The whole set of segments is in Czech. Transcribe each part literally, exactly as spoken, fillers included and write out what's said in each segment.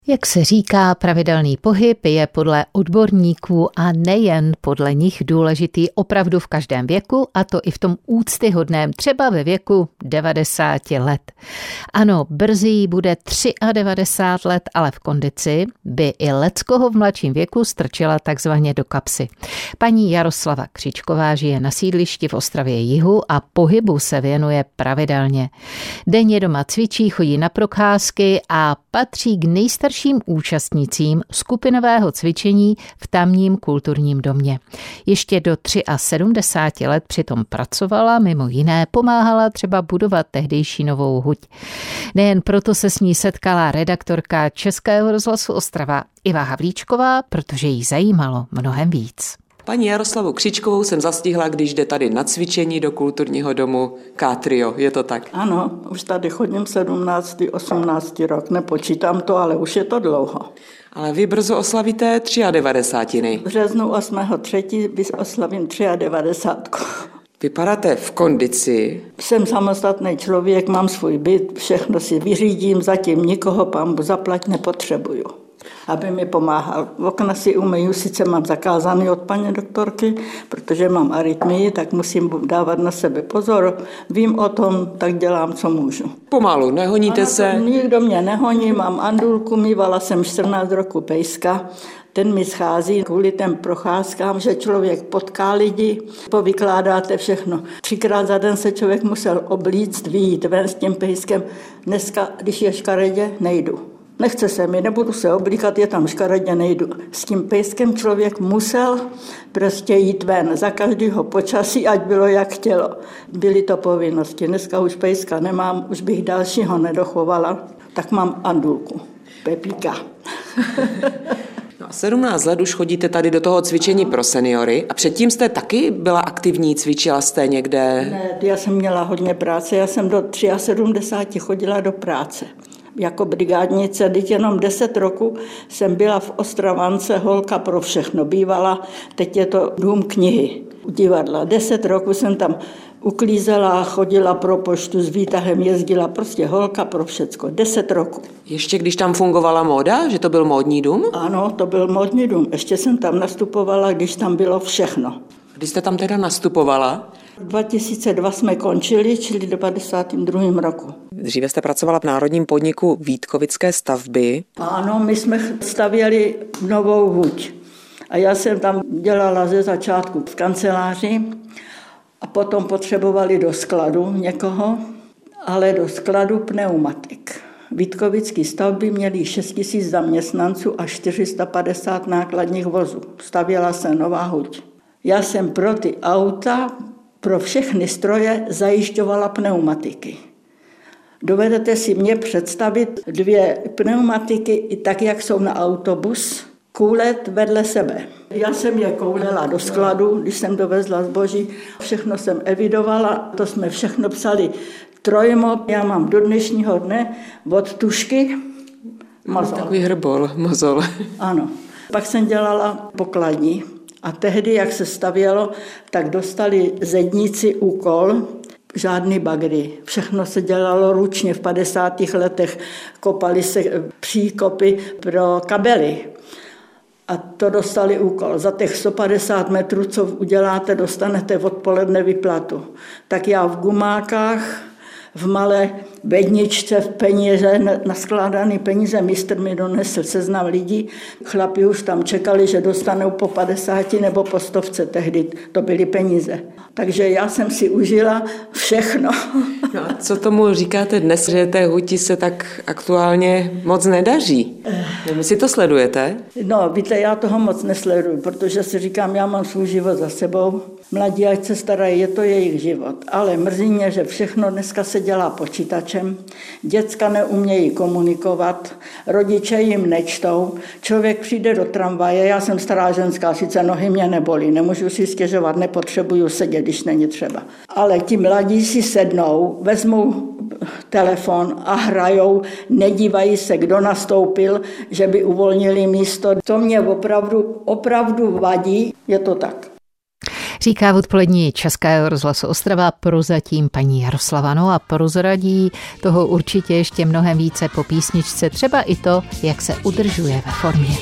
Jak se říká, pravidelný pohyb je podle odborníků a nejen podle nich důležitý opravdu v každém věku, a to i v tom úctyhodném, třeba ve věku devadesáti let. Ano, brzy bude devadesát tři let, ale v kondici by i leckoho v mladším věku strčila takzvaně do kapsy. Paní Jaroslava Křičková žije na sídlišti v Ostravě Jihu a pohybu se věnuje pravidelně. Denně doma cvičí, chodí na procházky a patří k nejstarším účastnícím skupinového cvičení v tamním kulturním domě. Ještě do sedmdesáti tří let přitom pracovala, mimo jiné pomáhala třeba budovat tehdejší Novou huť. Nejen proto se s ní setkala redaktorka Českého rozhlasu Ostrava Iva Havlíčková, protože jí zajímalo mnohem víc. Paní Jaroslavu Křičkovou jsem zastihla, když jde tady na cvičení do kulturního domu Kátrio. Je to tak? Ano, už tady chodím sedmnáctý, osmnáctý rok. Nepočítám to, ale už je to dlouho. Ale vy brzo oslavíte devadesátiny. V březnu osmého třetího oslavím devadesátku. Vypadáte v kondici. Jsem samostatný člověk, mám svůj byt, všechno si vyřídím, zatím nikoho pambu zaplať nepotřebuju, aby mi pomáhal. Okna si umyju, sice mám zakázaný od paní doktorky, protože mám arytmii, tak musím dávat na sebe pozor. Vím o tom, tak dělám, co můžu. Pomalu, nehoníte se? Nikdo mě nehoní, mám andulku, mývala jsem čtrnáct roku pejska. Ten mi schází kvůli těm procházkám, že člověk potká lidi, povykládáte všechno. Třikrát za den se člověk musel oblíct, vyjít ven s tím pejskem. Dneska, když je škaredě, nejdu. Nechce se mi, nebudu se oblíkat, je tam škaredě, nejdu. S tím pejskem člověk musel prostě jít ven za každého počasí, ať bylo jak chtělo. Byly to povinnosti. Dneska už pejska nemám, už bych dalšího nedochovala, tak mám andulku, Pepíka. No a sedmnáct let už chodíte tady do toho cvičení pro seniory a předtím jste taky byla aktivní, cvičila jste někde? Ne, já jsem měla hodně práce, já jsem do sedmdesáti tři chodila do práce. Jako brigádnice, teď jenom deset roku jsem byla v Ostravance, holka pro všechno bývala, teď je to dům knihy, divadla. Deset roku jsem tam uklízela, chodila pro poštu, s výtahem jezdila, prostě holka pro všecko. Deset roku. Ještě když tam fungovala móda, že to byl módní dům? Ano, to byl módní dům. Ještě jsem tam nastupovala, když tam bylo všechno. Když jste tam teda nastupovala? dva tisíce dva jsme končili, čili v devadesátém druhém roku. Dříve jste pracovala v národním podniku Vítkovické stavby. Ano, my jsme stavěli Novou huť. A já jsem tam dělala ze začátku v kanceláři a potom potřebovali do skladu někoho, ale do skladu pneumatik. Vítkovické stavby měly šest tisíc zaměstnanců a čtyři sta padesát nákladních vozů. Stavěla se Nová huť. Já jsem pro ty auta, pro všechny stroje zajišťovala pneumatiky. Dovedete si mě představit dvě pneumatiky, i tak, jak jsou na autobus, kůlet vedle sebe. Já jsem je koulela do skladu, když jsem dovezla zboží, všechno jsem evidovala, to jsme všechno psali trojmo. Já mám do dnešního dne od tušky mozol. Takový hrbol, mozol. Ano. Pak jsem dělala pokladní. A tehdy, jak se stavělo, tak dostali zedníci úkol, žádný bagry. Všechno se dělalo ručně. V padesátých letech kopali se příkopy pro kabely. A to dostali úkol. Za těch sto padesát metrů, co uděláte, dostanete odpoledne výplatu. Tak já v gumákách, v malé bedničce, v peníze, naskládaný peníze, mistr mi donesl seznam lidí. Chlapi už tam čekali, že dostanou po padesáti nebo po stovce, tehdy to byly peníze. Takže já jsem si užila všechno. No a co tomu říkáte dnes, že té huti se tak aktuálně moc nedaří? Vy si to sledujete? No, víte, já toho moc nesleduju, protože si říkám, já mám svůj život za sebou. Mladí, ať se starají, je to jejich život. Ale mrzí mě, že všechno dneska se dělá počítačem. Děcka neumějí komunikovat, rodiče jim nečtou. Člověk přijde do tramvaje, já jsem stará ženská, sice nohy mě nebolí, nemůžu si stěžovat, nepotřebuju sedět, když není třeba. Ale ti mladí si sednou, vezmou telefon a hrajou, nedívají se, kdo nastoupil, že by uvolnili místo. To mě opravdu, opravdu vadí, je to tak. Říká v odpolední Českého rozhlasu Ostrava prozatím paní Jaroslava. No a prozradí toho určitě ještě mnohem více po písničce, třeba i to, jak se udržuje ve formě.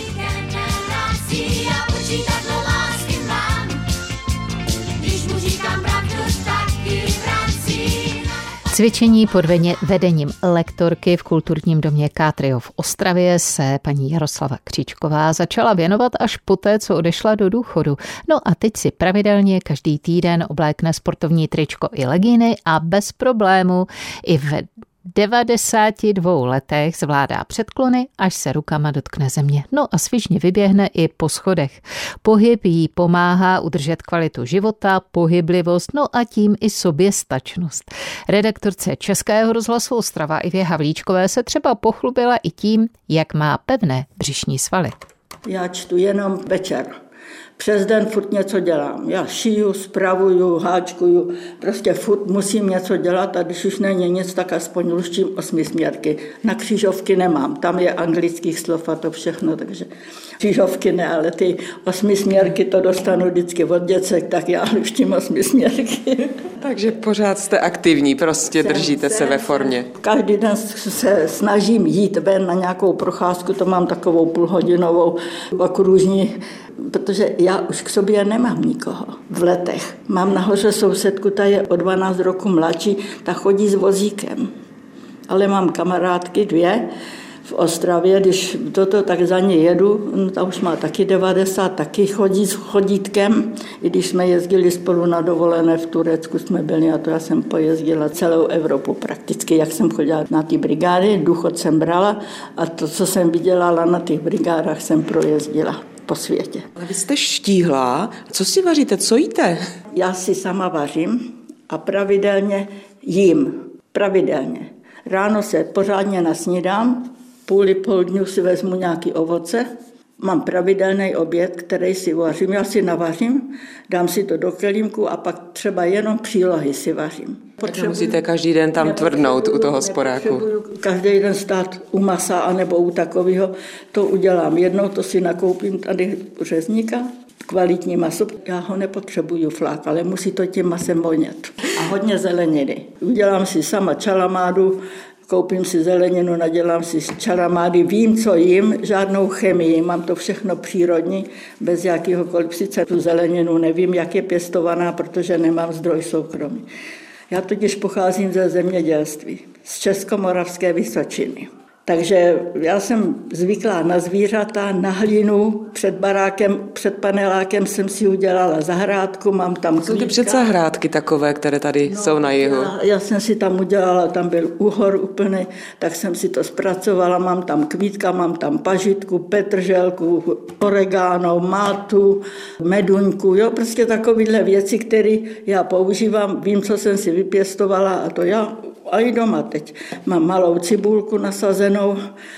Cvičení pod vedením lektorky v kulturním domě Kátrio v Ostravě se paní Jaroslava Kříčková začala věnovat až poté, co odešla do důchodu. No a teď si pravidelně každý týden oblékne sportovní tričko i legíny a bez problému i v devadesáti dvou letech zvládá předklony, až se rukama dotkne země. No a svižně vyběhne i po schodech. Pohyb jí pomáhá udržet kvalitu života, pohyblivost, no a tím i soběstačnost. Redaktorce Českého rozhlasu Ostrava Ivě Havlíčkové se třeba pochlubila i tím, jak má pevné břišní svaly. Já čtu jenom večer. Přes den furt něco dělám. Já šiju, spravuju, háčkuju, prostě furt musím něco dělat a když už není nic, tak aspoň luštím osmisměrky. Na křížovky nemám, tam je anglických slov a to všechno, takže křížovky ne, ale ty osmisměrky to dostanu vždycky od děcek, tak já luštím osmisměrky. Takže pořád jste aktivní, prostě jsem, držíte jsem, se ve formě. Každý den se snažím jít ven na nějakou procházku, to mám takovou půlhodinovou okružní, protože já už k sobě nemám nikoho v letech. Mám nahoře sousedku, ta je o dvanáct roku mladší, ta chodí s vozíkem. Ale mám kamarádky dvě v Ostravě, když toto tak za ně jedu, no, ta už má taky devadesát, taky chodí s chodítkem. I když jsme jezdili spolu na dovolené v Turecku, jsme byli a to já jsem pojezdila celou Evropu prakticky, jak jsem chodila na ty brigády, důchod jsem brala a to, co jsem vydělala na těch brigádách, jsem projezdila po světě. Ale vy jste štíhlá. Co si vaříte? Co jíte? Já si sama vařím a pravidelně jím. Pravidelně. Ráno se pořádně nasnídám, půli půl dňu si vezmu nějaký ovoce. Mám pravidelný oběd, který si vařím. Já si navařím, dám si to do kelímku a pak třeba jenom přílohy si vařím. Protože musíte každý den tam tvrdnout u toho sporáku. Každý den stát u masa anebo u takového. To udělám jednou, to si nakoupím tady u řezníka. Kvalitní maso, já ho nepotřebuju flák, ale musí to tím masem vonět. A hodně zeleniny. Udělám si sama čalamádu, koupím si zeleninu, nadělám si čalamády, vím, co jím, žádnou chemii, mám to všechno přírodní, bez jakýhokoliv, sice tu zeleninu nevím, jak je pěstovaná, protože nemám zdroj soukromí. Já totiž pocházím ze zemědělství, z Českomoravské Vysočiny. Takže já jsem zvyklá na zvířata, na hlínu, před barákem, před panelákem jsem si udělala zahrádku, mám tam klíčka. Jsou ty před zahrádky takové, které tady no, jsou na jihu? Já, já jsem si tam udělala, tam byl úhor úplný, tak jsem si to zpracovala, mám tam kvítka, mám tam pažitku, petrželku, oregano, mátu, meduňku, jo, prostě takovéhle věci, které já používám, vím, co jsem si vypěstovala a to já a i doma teď. Mám malou cibulku nasazenou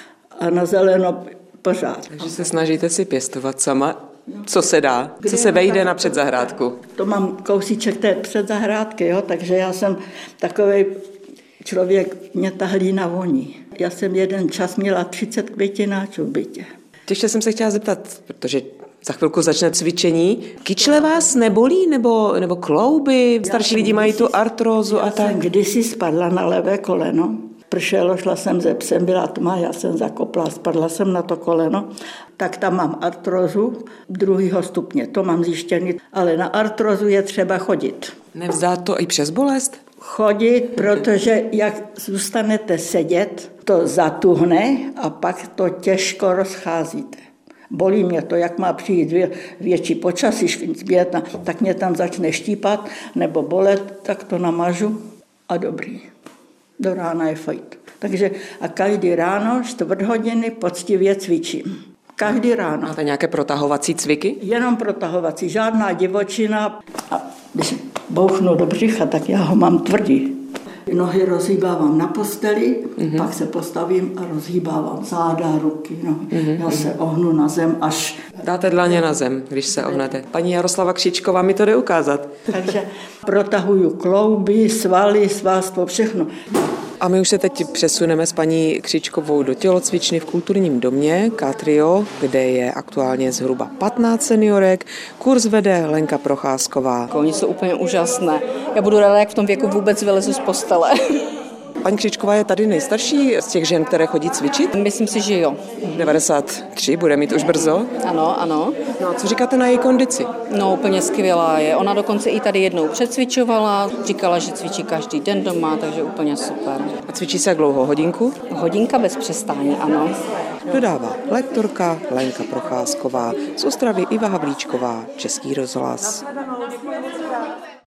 a na zeleno pořád. Takže se snažíte si pěstovat sama, co se dá, co se vejde na předzahrádku. To mám kousíček té předzahrádky, jo, takže já jsem takovej člověk, mě ta hlína voní. Já jsem jeden čas měla třicet květináčů v bytě. Ještě jsem se chtěla zeptat, protože za chvilku začne cvičení. Kyčle vás nebolí nebo, nebo klouby? Starší lidi mají tu artrózu a tak. Já jsem kdysi spadla na levé koleno. Pršelo, šla jsem ze psem, byla tma, já jsem zakopla, spadla jsem na to koleno. Tak tam mám artrózu druhého stupně, to mám zjištěný. Ale na artrózu je třeba chodit. Nevzdá to i přes bolest? Chodit, protože jak zůstanete sedět, to zatuhne a pak to těžko rozcházíte. Bolí mě to, jak má přijít větší počasí, zbětna, tak mě tam začne štípat nebo bolet, tak to namažu a dobrý. Do rána je fajt. Takže a každý ráno čtvrt hodiny poctivě cvičím. Každý ráno. Máte nějaké protahovací cviky? Jenom protahovací, žádná divočina. A když bouchnu do břicha, tak já ho mám tvrdý. Nohy rozhýbávám na posteli, mm-hmm. pak se postavím a rozhýbávám záda, ruky. No. Mm-hmm. Já se ohnu na zem až... Dáte dlaně na zem, když se ohnete. Paní Jaroslava Kříčková mi to jde ukázat. Takže protahuju klouby, svaly, svalstvo, všechno. A my už se teď přesuneme s paní Křičkovou do tělocvičny v kulturním domě Katrio, kde je aktuálně zhruba patnáct seniorek. Kurz vede Lenka Procházková. Oni jsou úplně úžasné. Já budu ráda, jak v tom věku vůbec vylezu z postele. Paní Křičková je tady nejstarší z těch žen, které chodí cvičit? Myslím si, že jo. devadesát tři, bude mít už brzo. Ano, ano. No a co říkáte na její kondici? No úplně skvělá je. Ona dokonce i tady jednou přecvičovala, říkala, že cvičí každý den doma, takže úplně super. A cvičí se jak dlouho? Hodinku? Hodinka bez přestání, ano. Dodává lektorka Lenka Procházková, z Ostravy Iva Havlíčková, Český rozhlas.